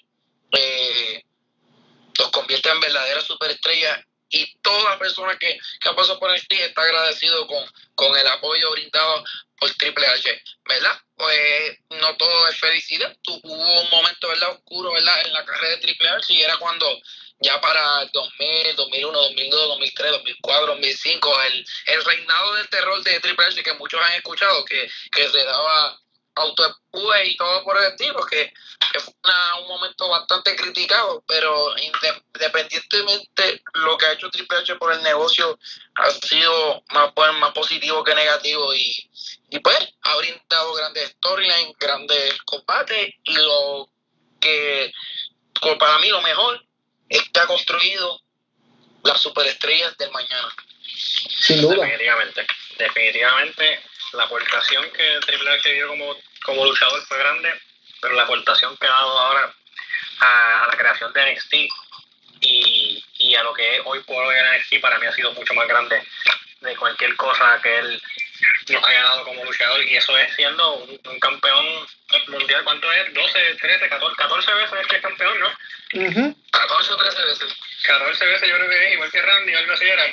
los convierte en verdaderas superestrellas y toda persona que ha pasado por NXT está agradecido con el apoyo brindado por Triple H, ¿verdad? Pues no todo es felicidad. Hubo un momento, ¿verdad?, oscuro, ¿verdad?, en la carrera de Triple H, y era cuando ya para el 2000, 2001, 2002, 2003, 2004, 2005, el reinado del terror de Triple H que muchos han escuchado, que se daba autoempuje y todo por el estilo, que fue un momento bastante criticado, pero independientemente lo que ha hecho Triple H por el negocio ha sido más positivo que negativo, y pues ha brindado grandes storylines, grandes combates, y lo que para mí lo mejor es que ha construido las superestrellas del mañana. Sin duda. Definitivamente la aportación que Triple H dio como luchador fue grande, pero la aportación que ha dado ahora a la creación de NXT y a lo que es hoy por hoy en NXT, para mí ha sido mucho más grande de cualquier cosa que él nos haya dado como luchador, y eso es siendo un campeón mundial. ¿Cuánto es? 12, 13, 14 veces es que es campeón, ¿no? 14 o 13 veces. 14 veces yo creo que es, igual que Randy, algo así era.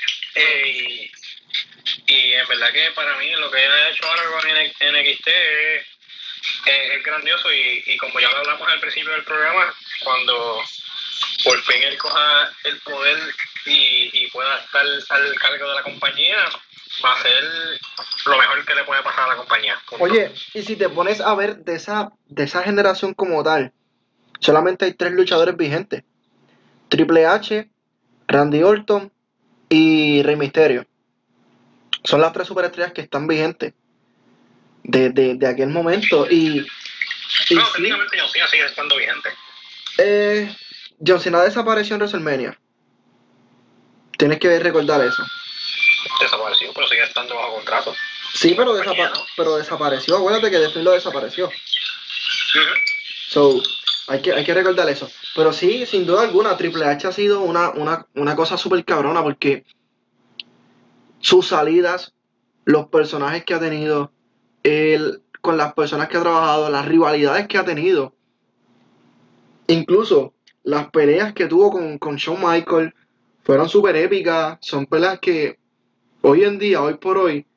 Y en verdad que para mí lo que él ha hecho ahora con NXT es grandioso, y como ya lo hablamos al principio del programa, cuando por fin él coja el poder y pueda estar al cargo de la compañía, va a ser lo mejor que le puede pasar a la compañía. Punto. Oye, y si te pones a ver de esa generación como tal, solamente hay 3 luchadores vigentes. Triple H, Randy Orton y Rey Mysterio. Son las 3 superestrellas que están vigentes de aquel momento. Y No, sí, técnicamente John Cena sigue estando vigente. John Cena desapareció en WrestleMania. Tienes que recordar eso. Desapareció, pero sigue estando bajo contrato. Sí, pero desapareció. Acuérdate que The Fiend lo desapareció. So, hay que recordar eso. Pero sí, sin duda alguna, Triple H ha sido una cosa súper cabrona, porque sus salidas, los personajes que ha tenido, con las personas que ha trabajado, las rivalidades que ha tenido, incluso las peleas que tuvo con Shawn Michaels fueron súper épicas. Son peleas que hoy en día, hoy por hoy,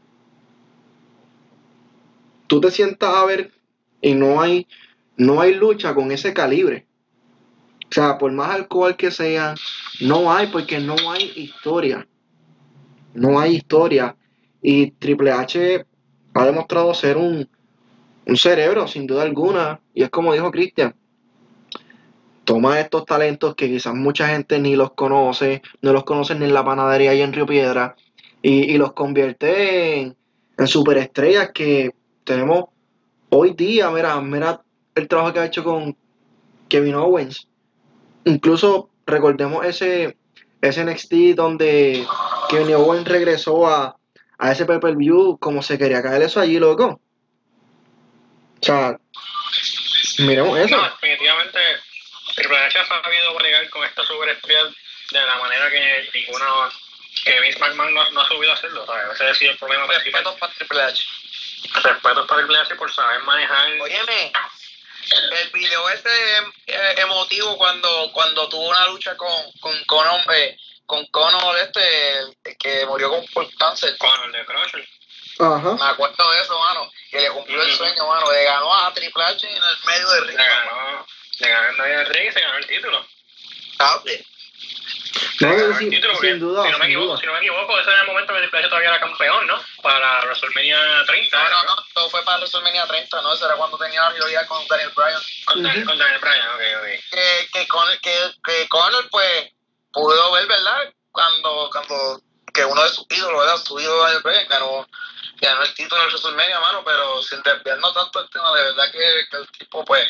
tú te sientas a ver y no hay lucha con ese calibre. O sea, por más alcohol que sean, no hay, porque no hay historia. No hay historia. Y Triple H ha demostrado ser un cerebro, sin duda alguna. Y es como dijo Cristian, toma estos talentos que quizás mucha gente ni los conoce, no los conocen ni en la panadería y en Río Piedra, y los convierte en superestrellas que tenemos hoy día. Mira el trabajo que ha hecho con Kevin Owens. Incluso recordemos ese NXT donde Kevin Owens regresó a ese pay-per-view como se quería caer eso allí, loco. O sea, miremos eso. No, definitivamente Triple H ha sabido bregar con esta superestrella de la manera que Vince McMahon no ha sabido hacerlo, ¿sabes? Ese ha sido el problema principal. Respeto para Triple H. Respeto para Triple H por saber manejar. Óyeme, el video ese emotivo cuando tuvo una lucha con Conor que murió por cáncer. Con el de Crusher. Ajá. Me acuerdo de eso, mano. Que le cumplió el sueño, mano. Le ganó a Triple H en el medio del ring. Le ganó en medio del ring y se ganó el título. ¿Sabes? No, sin duda. Si no me equivoco, ese era el momento que Triple H todavía era campeón, ¿no? Para WrestleMania 30. No, todo fue para WrestleMania 30, ¿no? Eso era cuando tenía la rivalidad con Daniel Bryan. Con Daniel Bryan, ok. Que Conor, pues, pudo ver, ¿verdad? Cuando que uno de sus ídolos, ¿verdad? Su ídolo Daniel Bryan ganó el título de WrestleMania, mano, pero sin desviarnos tanto el tema, de verdad que el tipo, pues,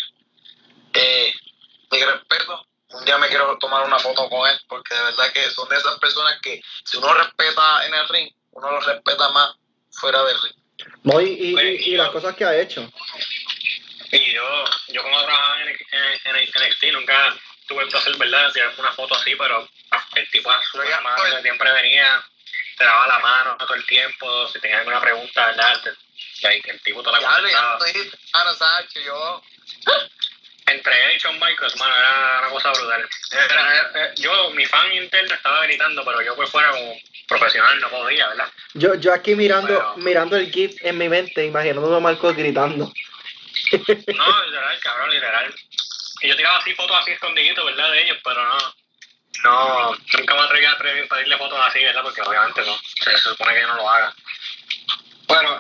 mi respeto. Un día me quiero tomar una foto con él, porque de verdad que son de esas personas que si uno respeta en el ring, uno lo respeta más fuera del ring. No, y las cosas que ha hecho. Y yo como trabajaba en NXT nunca tuve el placer, ¿verdad?, de tirarme una foto así, pero el tipo a su llamada siempre venía, te daba la mano todo el tiempo, si tenías alguna pregunta, ¿verdad? El tipo te la contestaba. Yo Entre él y Shawn Michaels, mano, era una cosa brutal. Mi fan interno estaba gritando, pero yo por fuera como profesional no podía, ¿verdad? Yo aquí mirando el GIF en mi mente, imaginando a Marcos gritando. No, literal, cabrón, literal. Y yo tiraba así fotos así escondiditos, ¿verdad? De ellos, pero no, nunca me atreví a pedirle fotos así, ¿verdad? Porque obviamente no, se supone que yo no lo haga. Bueno,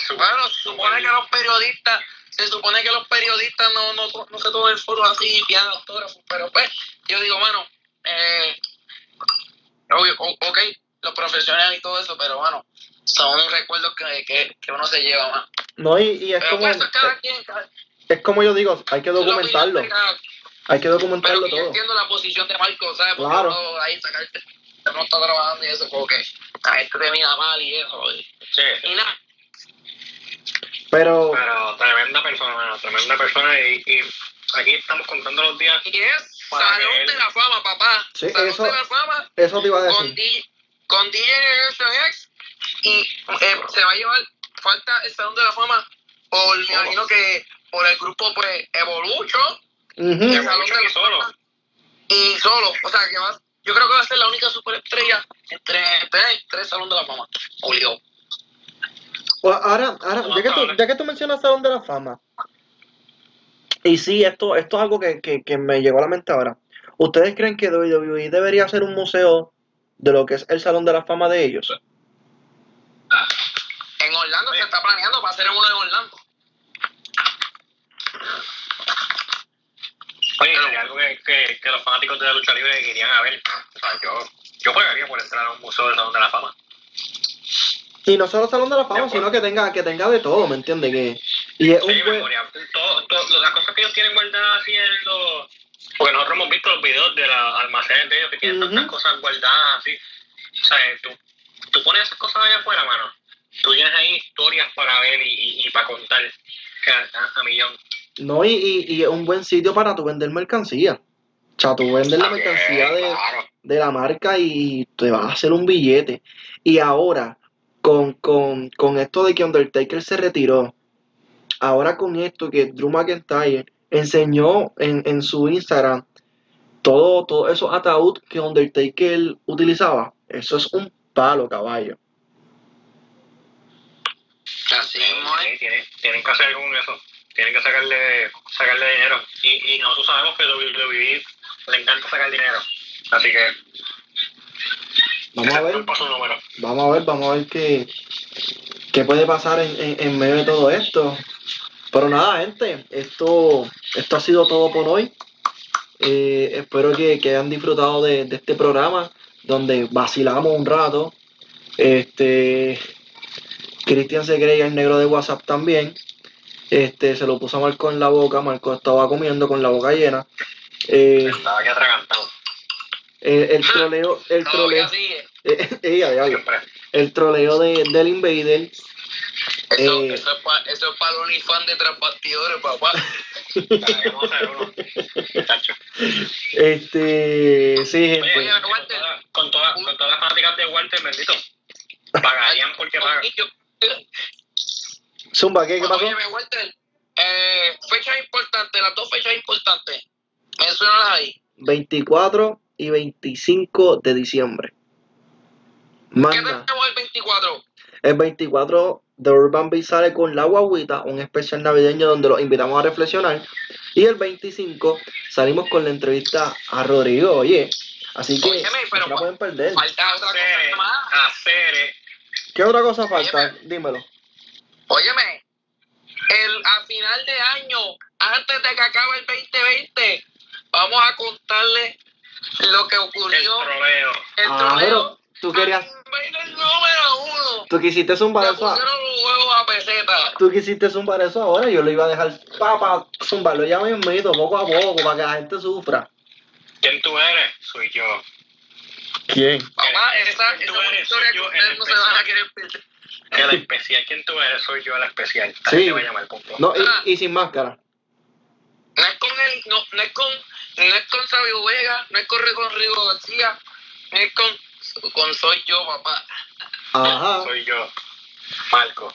se supone que los periodistas no se tomen fotos así y pidan autógrafos, pero pues, yo digo, mano, ok, los profesionales y todo eso, pero bueno, son recuerdos que uno se lleva, man. No, y es pero como... Pues, es como yo digo, hay que documentarlo. Hay que documentarlo pero todo. Yo entiendo la posición de Marco, ¿sabes? Porque claro. uno ahí sacarte, no está trabajando y eso, porque la gente te mira mal y eso. Sí. Y nada. Pero tremenda persona y aquí estamos contando los días. Y es Salón de la Fama, papá. Sí, Salón de la Fama. Eso te iba a con decir. DJ Generation X y se va a llevar, falta el Salón de la Fama me imagino que por el grupo pues Evolution y el Salón de la Fama y solo, o sea que yo creo que va a ser la única superestrella entre tres Salón de la Fama, obligado. Ahora, ya que tú mencionas Salón de la Fama, y sí, esto es algo que me llegó a la mente ahora. ¿Ustedes creen que WWE debería hacer un museo de lo que es el Salón de la Fama de ellos? En Orlando se está planeando para hacer uno en Orlando. Oye, sería algo que los fanáticos de la lucha libre querían a ver. O sea, yo pagaría por entrar a un museo del Salón de la Fama. Y no solo Salón de la Fama, sino que tenga de todo, ¿me entiendes? Y es sí, memoria. Las cosas que ellos tienen guardadas así en los... Porque nosotros hemos visto los videos de los almacenes de ellos que tienen tantas cosas guardadas así. O sea, tú pones esas cosas allá afuera, mano. Tú tienes ahí historias para ver y para contar a millón. No, y es un buen sitio para tú vender mercancía. O sea, tú vendes la mercancía de la marca y te vas a hacer un billete. Y ahora, con esto de que Undertaker se retiró, ahora con esto que Drew McIntyre enseñó en su Instagram, todo esos ataúd que Undertaker utilizaba, eso es un palo, caballo. Así tienen que hacer con eso. Tienen que sacarle dinero. Y nosotros sabemos que WWE le encanta sacar dinero. Así que vamos a ver qué puede pasar en medio de todo esto. Pero nada, gente, esto ha sido todo por hoy. Espero que hayan disfrutado de este programa donde vacilamos un rato. Cristian se creía el negro de WhatsApp también. Se lo puso a Marco en la boca. Marco estaba comiendo con la boca llena. Estaba aquí atragantado. El troleo del Invader. Eso es para los OnlyFans de Transbastidores, papá. Sí, gente. Oye, con todas las fanáticas de Walter, bendito. Pagarían porque pagan. Zumba, ¿qué pasó? Oye, Walter, fechas importantes, las dos fechas importantes. Menciónalas ahí. 24 y 25 de diciembre. ¿Qué tenemos el 24? El 24 The Urban Beat sale con La Guaguita, un especial navideño donde los invitamos a reflexionar. Y el 25 salimos con la entrevista a Rodrigo, oye. Así que no la pueden perder. Falta otra cosa más. ¿Qué otra cosa falta? Óyeme. Dímelo. Óyeme, a final de año, antes de que acabe el 2020, vamos a contarle lo que ocurrió. El troleo. Tú querías. El número 1. Tú quisiste zumbar eso. Los huevos a peseta. Tú quisiste zumbar eso ahora. Yo lo iba a dejar para zumbarlo ya mismito, poco a poco, para que la gente sufra. ¿Quién tú eres? Soy yo. ¿Quién? Papá, esa es una historia que ustedes no se van a querer perder. El especial, ¿quién tú eres? Soy yo el especial. Sí. Te voy a llamar, punto. No, y sin máscara. No es con él, no es con Sabio Vega, no es con Rigo García, no es con soy yo, papá. Ajá. Soy yo, Marco.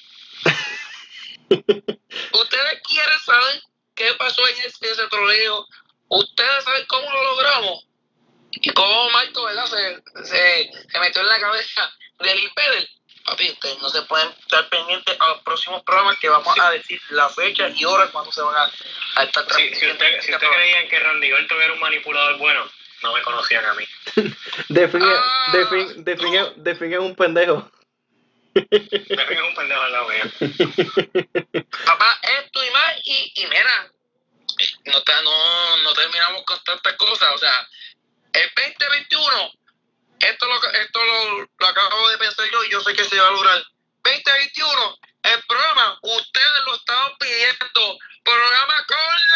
¿Ustedes quieren saber qué pasó en ese troleo? ¿Ustedes saben cómo lo logramos? Y cómo Marco, ¿verdad? Se metió en la cabeza del IPEDEL. Papi, ustedes no se pueden estar pendientes a los próximos programas que vamos a decir la fecha y hora cuando se van a estar transmitiendo. Si ustedes creían que Randy Orton era un manipulador bueno, no me conocían a mí. Define es un pendejo. Define es un pendejo al lado mío. Papá, esto y más, y mira, no terminamos con tantas cosas. O sea, el 2021, esto lo acabo de pensar yo y yo sé que se va a lograr. 2021, el programa, ustedes lo estaban pidiendo, programa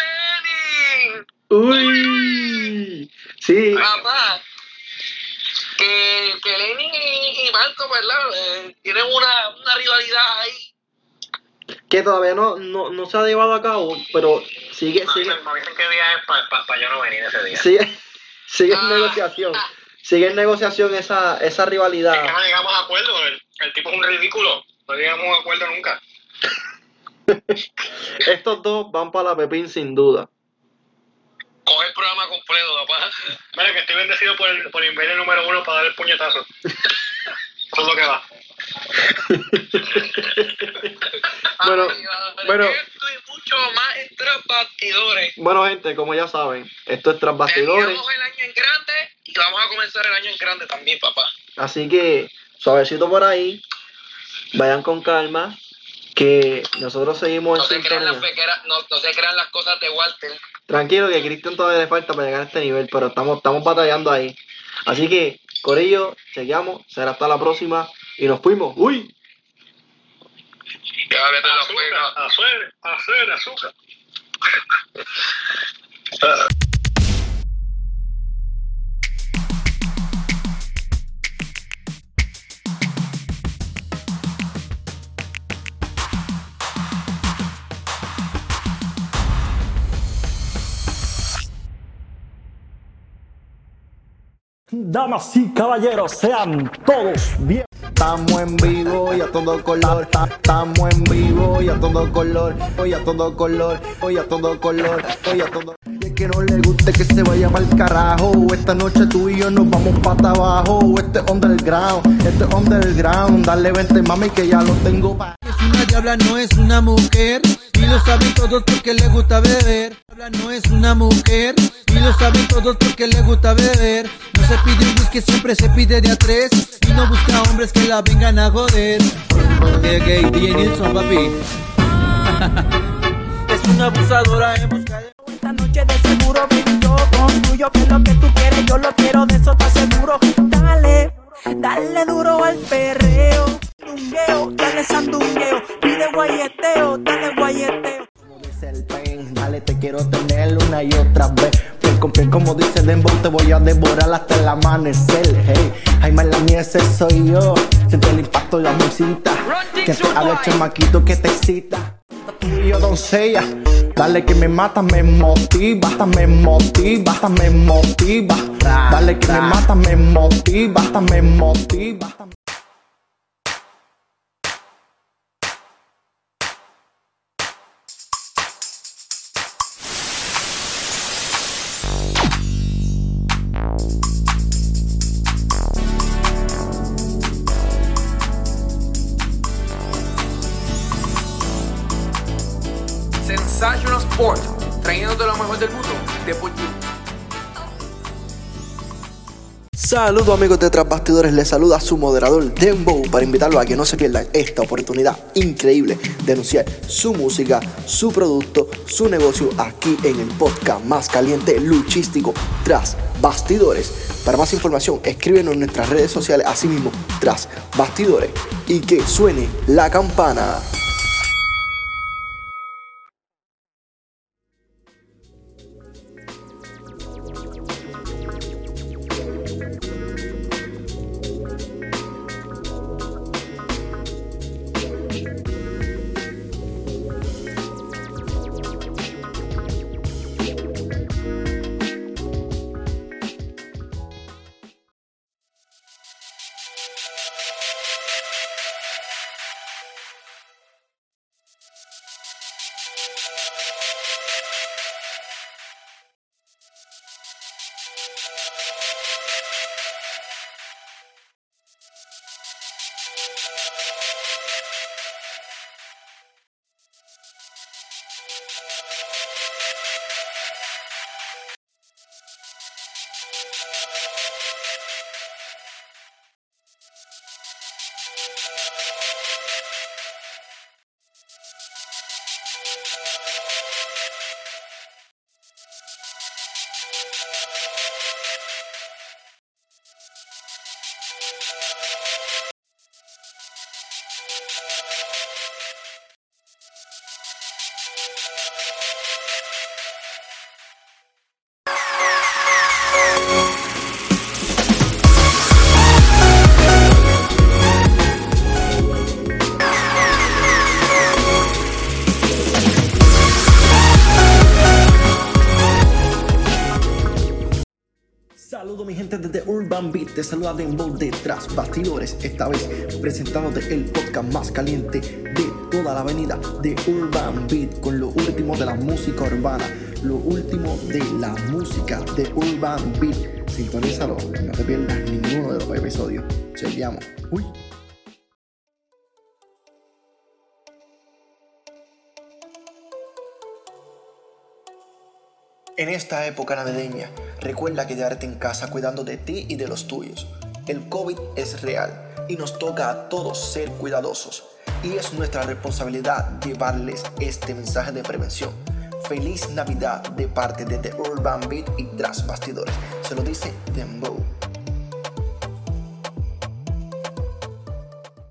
con Lenin. Uy. Sí. Papá, que Lenin y Marco, ¿verdad? Tienen una rivalidad ahí. que todavía no se ha llevado a cabo, pero sigue, Me dicen qué día es para yo no venir ese día. sigue en negociación. Sigue en negociación esa rivalidad. Es que no llegamos a acuerdo, el tipo es un ridículo, no llegamos a acuerdo nunca. Estos dos van para la Pepín sin duda. Coge el programa completo, papá. Mira que estoy bendecido por invertir el número 1 para dar el puñetazo. Eso es lo que va. Bueno, esto y mucho más en Tras Bastidores. Bueno, gente, como ya saben, esto es Tras Bastidores. Terminamos el año en grande y vamos a comenzar el año en grande también, papá. Así que, suavecito por ahí, vayan con calma, que nosotros seguimos No en se crean sintonía. no se crean las cosas de Walter. Tranquilo, que a Cristian todavía le falta para llegar a este nivel, pero estamos batallando ahí. Así que, Corillo, chequeamos, será hasta la próxima y nos fuimos. ¡Uy! Ya vete la pena. Azúcar. Damas y caballeros, sean todos bien. Estamos en vivo y a todo color. Estamos en vivo y a todo color. Hoy a todo color. Hoy a todo color. Hoy a todo. Y es que no le guste que se vaya pa'l carajo. Esta noche tú y yo nos vamos pata abajo. Este es underground. Este es underground. Dale 20 mami que ya lo tengo pa'. Es una diabla, no es una mujer. Y lo saben todos porque le gusta beber. Diabla no es una mujer. Y lo saben todos porque le gusta beber. No se pide un whisky, siempre se pide de a 3. Y no busca hombres que la vengan a joder. DJ Nilsson, papi. Es una abusadora en busca de... Esta noche de seguro, baby, yo construyo. Que es lo que tú quieres, yo lo quiero, de eso te aseguro. Dale duro al perreo. Sandungueo, dale sandungueo. Pide guayeteo, dale guayeteo. Como dice el pen, dale te quiero tener una y otra vez. Piel como dice Dembow, te voy a devorar hasta el amanecer. Hey, Jaime la mía, ese soy yo. Siente el impacto de la musita. Que te habla el chamaquito que te excita. Tú y yo doncella. Dale que me mata, me motiva, hasta me motiva, hasta me motiva. Dale que me mata, me motiva, hasta me motiva. Sensational Sport, trayéndote lo mejor del mundo deportivo. Saludos amigos de Tras Bastidores, les saluda su moderador Dembow para invitarlos a que no se pierdan esta oportunidad increíble de anunciar su música, su producto, su negocio aquí en el podcast más caliente luchístico Tras Bastidores. Para más información escríbenos en nuestras redes sociales, así mismo Tras Bastidores, y que suene la campana. Urban Beat, te saluda Dembow de Tras Bastidores, esta vez presentándote el podcast más caliente de toda la avenida de Urban Beat, con lo último de la música urbana, lo último de la música de Urban Beat. Sintonízalo, no te pierdas ninguno de los episodios. Chequeamos. Uy. En esta época navideña, recuerda quedarte en casa cuidando de ti y de los tuyos. El COVID es real y nos toca a todos ser cuidadosos. Y es nuestra responsabilidad llevarles este mensaje de prevención. Feliz Navidad de parte de The Urban Beat y Tras Bastidores. Se lo dice Dembow.